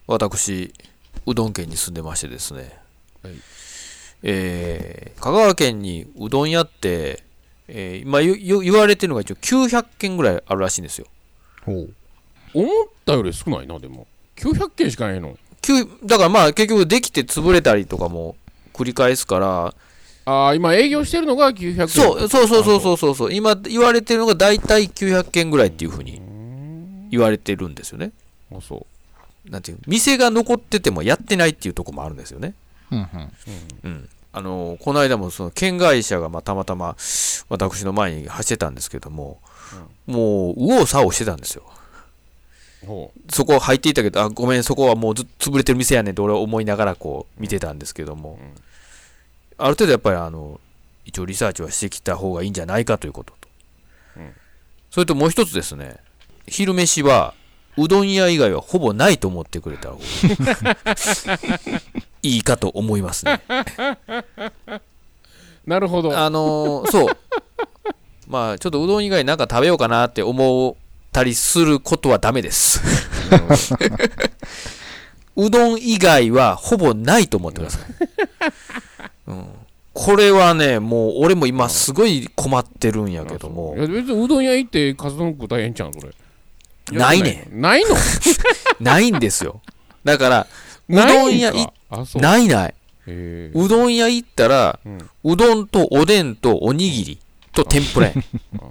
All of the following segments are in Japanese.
私うどん県に住んでましてですね、 はい、 香川県にうどん屋って、今言われてるのが一応900軒ぐらいあるらしいんですよ。 ほう。思ったより少ないな。でも900件しかないの。 だからまあ結局できて潰れたりとかも繰り返すから、 今営業してるのが900件。 そう今言われてるのがだいたい900件ぐらいっていうふうに言われてるんですよね。なんていう、店が残っててもやってないっていうところもあるんですよね。この間もその県外車がたまたま私の前に走ってたんですけども、もう右往左往してたんですよ。そこ入っていたけど、ごめん、そこはもう潰れてる店やねんって俺は思いながらこう見てたんですけども、ある程度やっぱり一応リサーチはしてきた方がいいんじゃないかということと、それともう一つですね、昼飯はうどん屋以外はほぼないと思ってくれた方がいいかと思いますね。 なるほど。 そうまあちょっとうどん以外なんか食べようかなって思ったりすることはダメですうどん以外はほぼないと思ってください、これはね、もう俺も今すごい困ってるんやけども。 いや別にうどん屋行ってカツ丼食うたらええんちゃうんそれ。 ないねん。ないのないんですよ。だからうどん屋ない。うどん屋行ったら、うどんとおでんとおにぎりと天ぷらや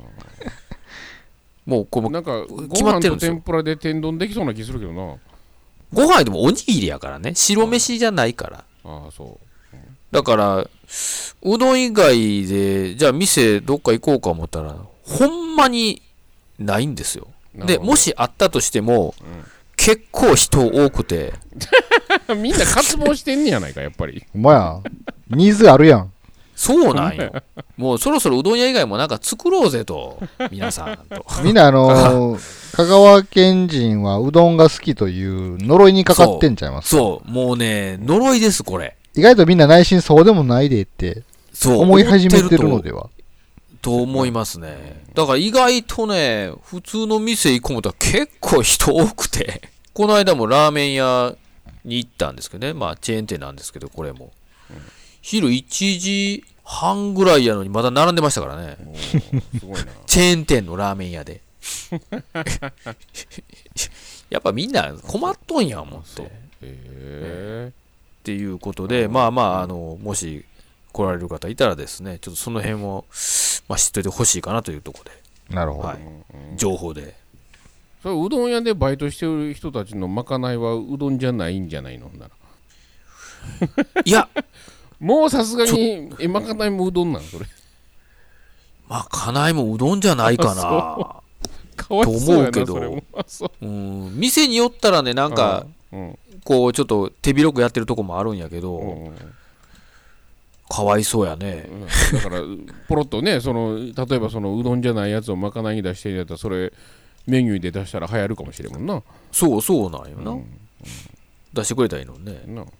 もうこうなんかご飯と天ぷらで天丼できそうな気するけどな。 ご飯でもおにぎりやからね、白飯じゃないから。だからうどん以外でじゃあ店どっか行こうか思ったらほんまにないんですよ。でもしあったとしても、結構人多くてみんな渇望してんねやないかやっぱり。 お前やニーズあるやん。 そうなんよ。もうそろそろうどん屋以外もなんか作ろうぜと、皆さんと。 みんな香川県人はうどんが好きという呪いにかかってんちゃいますか。 そうもうね、呪いですこれ。 意外とみんな内心そうでもないでって思い始めてるのではと思いますね。だから意外とね、普通の店行こうと結構人多くてこの間もラーメン屋に行ったんですけどね、まあチェーン店なんですけど、これも、昼1時半ぐらいやのにまだ並んでましたからねすごいなチェーン店のラーメン屋でやっぱみんな困っとんや思って、っていうことで、まあもし来られる方いたらですね、ちょっとその辺を、知っといてほしいかなというところで。 なるほど、 情報で。 それうどん屋でバイトしてる人たちのまかないはうどんじゃないんじゃないのならいやもうさすがにまかないもうどんなんそれ。 まかないもうどんじゃないかなかわいそうやなと思うけど、店によったらね、なんかこうちょっと手広くやってるとこもあるんやけど、かわいそうやね、 だからポロッとね、例えばそのうどんじゃないやつをまかないに出してるやったら、それメニューで出したら流行るかもしれんもんな。 そうなんよな、出してくれたらいいのね。